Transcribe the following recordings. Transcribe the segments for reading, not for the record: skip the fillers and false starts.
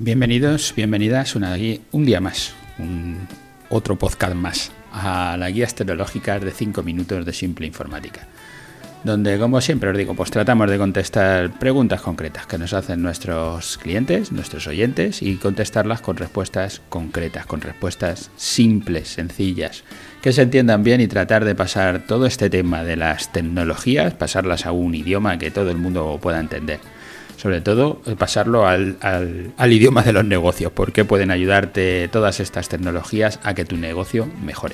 Bienvenidos, bienvenidas un día más, otro podcast más a las guías tecnológicas de 5 minutos de simple informática, donde, como siempre os digo, pues tratamos de contestar preguntas concretas que nos hacen nuestros clientes, nuestros oyentes, y contestarlas con respuestas concretas, con respuestas simples, sencillas, que se entiendan bien, y tratar de pasar todo este tema de las tecnologías, pasarlas a un idioma que todo el mundo pueda entender. Sobre todo, pasarlo al idioma de los negocios, porque pueden ayudarte todas estas tecnologías a que tu negocio mejore.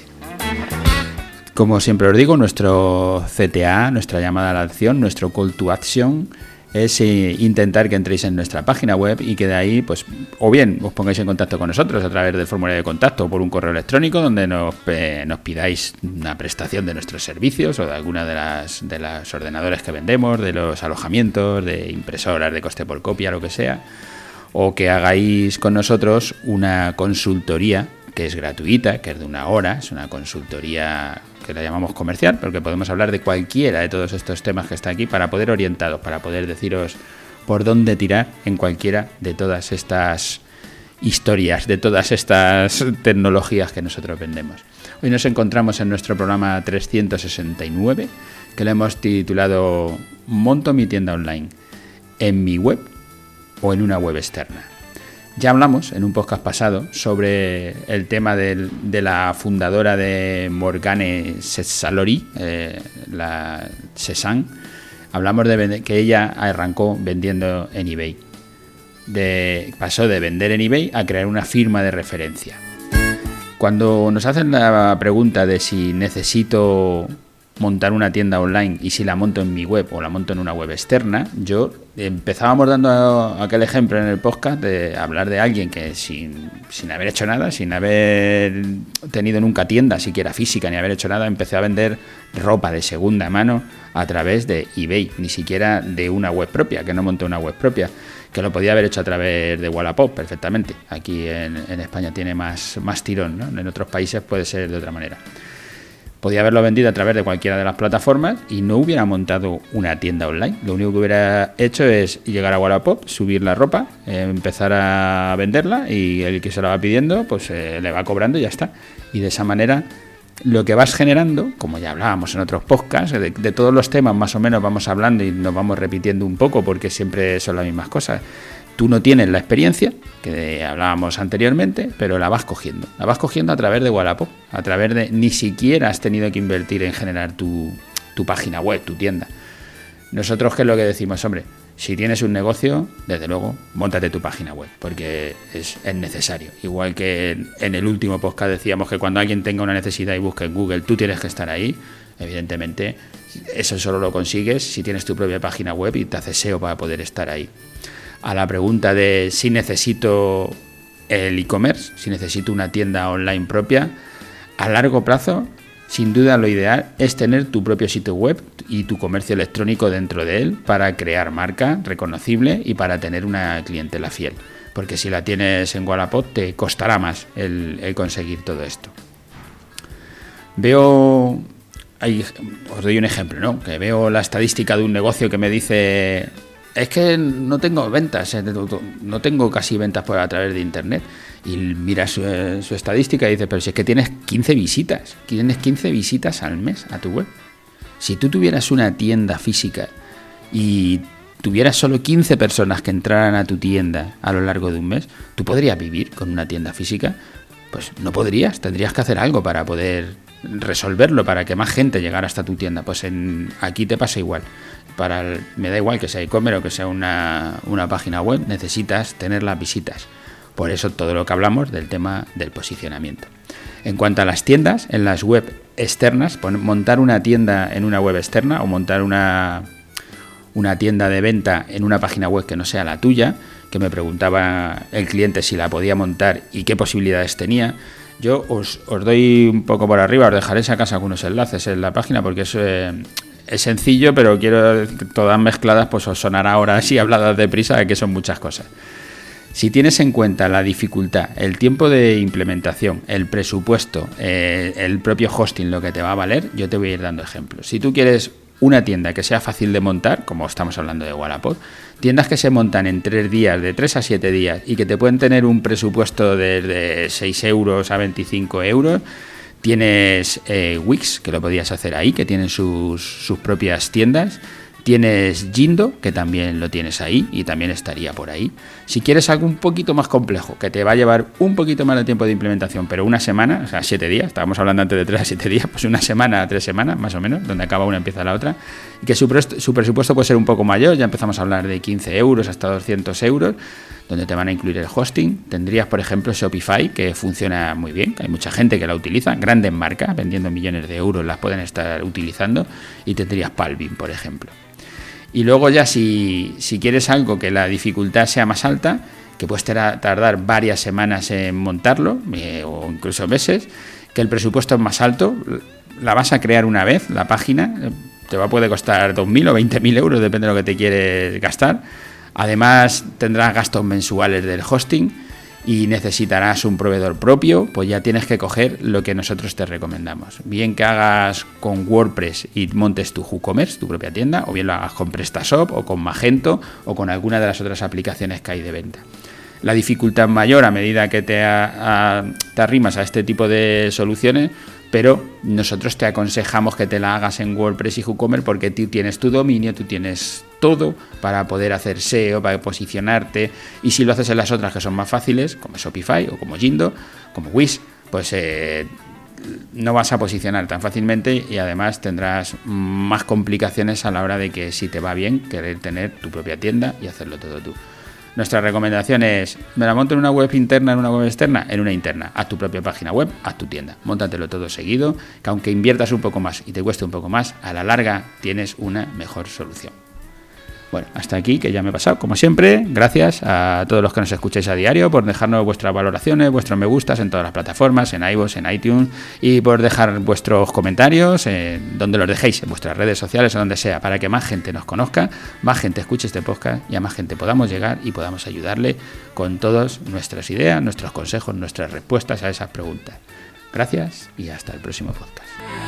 Como siempre os digo, nuestro CTA, nuestra llamada a la acción, nuestro call to action, es intentar que entréis en nuestra página web y que de ahí, pues, o bien os pongáis en contacto con nosotros a través del formulario de contacto o por un correo electrónico donde nos pidáis una prestación de nuestros servicios o de alguna de las ordenadores que vendemos, de los alojamientos, de impresoras, de coste por copia, lo que sea, o que hagáis con nosotros una consultoría que es gratuita, que es de 1 hora, es una consultoría que la llamamos comercial, porque podemos hablar de cualquiera de todos estos temas que está aquí para poder orientaros, para poder deciros por dónde tirar en cualquiera de todas estas historias, de todas estas tecnologías que nosotros vendemos. Hoy nos encontramos en nuestro programa 369, que le hemos titulado ¿Monto mi tienda online en mi web o en una web externa? Ya hablamos en un podcast pasado sobre el tema de la fundadora de Morgane Cessalori, la Cesan. Hablamos de que ella arrancó vendiendo en eBay. Pasó de vender en eBay a crear una firma de referencia. Cuando nos hacen la pregunta de si necesito montar una tienda online y si la monto en mi web o la monto en una web externa, empezábamos dando aquel ejemplo en el podcast de hablar de alguien que sin haber hecho nada, sin haber tenido nunca tienda siquiera física ni haber hecho nada, empezó a vender ropa de segunda mano a través de eBay, ni siquiera de una web propia, que no montó una web propia, que lo podía haber hecho a través de Wallapop perfectamente. Aquí en España tiene más tirón, ¿no? En otros países puede ser de otra manera. Podía haberlo vendido a través de cualquiera de las plataformas y no hubiera montado una tienda online. Lo único que hubiera hecho es llegar a Wallapop, subir la ropa, empezar a venderla, y el que se la va pidiendo pues le va cobrando y ya está. Y de esa manera lo que vas generando, como ya hablábamos en otros podcasts, de todos los temas más o menos vamos hablando y nos vamos repitiendo un poco porque siempre son las mismas cosas. Tú no tienes la experiencia que hablábamos anteriormente, pero la vas cogiendo. La vas cogiendo a través de Wallapop, a través de... Ni siquiera has tenido que invertir en generar tu página web, tu tienda. Nosotros, ¿qué es lo que decimos? Hombre, si tienes un negocio, desde luego, móntate tu página web, porque es necesario. Igual que en el último podcast decíamos que cuando alguien tenga una necesidad y busque en Google, tú tienes que estar ahí. Evidentemente, eso solo lo consigues si tienes tu propia página web y te haces SEO para poder estar ahí. A la pregunta de si necesito el e-commerce, si necesito una tienda online propia, a largo plazo, sin duda lo ideal es tener tu propio sitio web y tu comercio electrónico dentro de él para crear marca reconocible y para tener una clientela fiel. Porque si la tienes en Wallapop te costará más el conseguir todo esto. Os doy un ejemplo, ¿no? Que veo la estadística de un negocio que me dice... Es que no tengo ventas, no tengo casi ventas a través de internet. Y mira su estadística y dice, pero si es que tienes 15 visitas al mes a tu web. Si tú tuvieras una tienda física y tuvieras solo 15 personas que entraran a tu tienda a lo largo de un mes, ¿tú podrías vivir con una tienda física? Pues no podrías, tendrías que hacer algo para poder resolverlo, para que más gente llegara hasta tu tienda. Pues aquí te pasa igual. Me da igual que sea e-commerce o que sea una página web, necesitas tener las visitas. Por eso todo lo que hablamos del tema del posicionamiento. En cuanto a las tiendas, en las web externas, montar una tienda en una web externa o montar una tienda de venta en una página web que no sea la tuya, que me preguntaba el cliente si la podía montar y qué posibilidades tenía. Yo os doy un poco por arriba, os dejaré si acaso algunos enlaces en la página porque es sencillo, pero quiero todas mezcladas, pues os sonará ahora así habladas deprisa de que son muchas cosas. Si tienes en cuenta la dificultad, el tiempo de implementación, el presupuesto, el propio hosting, lo que te va a valer, yo te voy a ir dando ejemplos. Si tú quieres una tienda que sea fácil de montar, como estamos hablando de Wallapop, tiendas que se montan en 3 días, de 3 a 7 días, y que te pueden tener un presupuesto desde 6 euros a 25 euros. Tienes Wix, que lo podías hacer ahí, que tienen sus propias tiendas. Tienes Jindo, que también lo tienes ahí y también estaría por ahí. Si quieres algo un poquito más complejo, que te va a llevar un poquito más de tiempo de implementación, pero una semana, o sea, 7 días, estábamos hablando antes de 3 a 7 días, pues una semana a 3 semanas, más o menos, donde acaba una empieza la otra, y que su presupuesto puede ser un poco mayor, ya empezamos a hablar de 15 euros hasta 200 euros, donde te van a incluir el hosting. Tendrías, por ejemplo, Shopify, que funciona muy bien, que hay mucha gente que la utiliza, grandes marcas, vendiendo millones de euros, las pueden estar utilizando, y tendrías Palvin, por ejemplo. Y luego ya si quieres algo que la dificultad sea más alta, que puedes tardar varias semanas en montarlo, o incluso meses, que el presupuesto es más alto, la vas a crear una vez, la página, te puede costar 2.000 o 20.000 euros, depende de lo que te quieres gastar. Además tendrás gastos mensuales del hosting y necesitarás un proveedor propio, pues ya tienes que coger lo que nosotros te recomendamos. Bien que hagas con WordPress y montes tu WooCommerce, tu propia tienda, o bien lo hagas con PrestaShop o con Magento o con alguna de las otras aplicaciones que hay de venta. La dificultad mayor a medida que te arrimas a este tipo de soluciones, pero nosotros te aconsejamos que te la hagas en WordPress y WooCommerce porque tú tienes tu dominio, tú tienes todo para poder hacer SEO, para posicionarte, y si lo haces en las otras que son más fáciles, como Shopify o como Jindo, como Wix, pues no vas a posicionar tan fácilmente y además tendrás más complicaciones a la hora de que, si te va bien, querer tener tu propia tienda y hacerlo todo tú. Nuestra recomendación es, ¿me la monto en una web interna, en una web externa? En una interna. Haz tu propia página web, haz tu tienda. Móntatelo todo seguido, que aunque inviertas un poco más y te cueste un poco más, a la larga tienes una mejor solución. Bueno, hasta aquí, que ya me he pasado, como siempre. Gracias a todos los que nos escucháis a diario por dejarnos vuestras valoraciones, vuestros me gustas en todas las plataformas, en iVoox, en iTunes, y por dejar vuestros comentarios, donde los dejéis, en vuestras redes sociales o donde sea, para que más gente nos conozca, más gente escuche este podcast y a más gente podamos llegar y podamos ayudarle con todas nuestras ideas, nuestros consejos, nuestras respuestas a esas preguntas. Gracias y hasta el próximo podcast.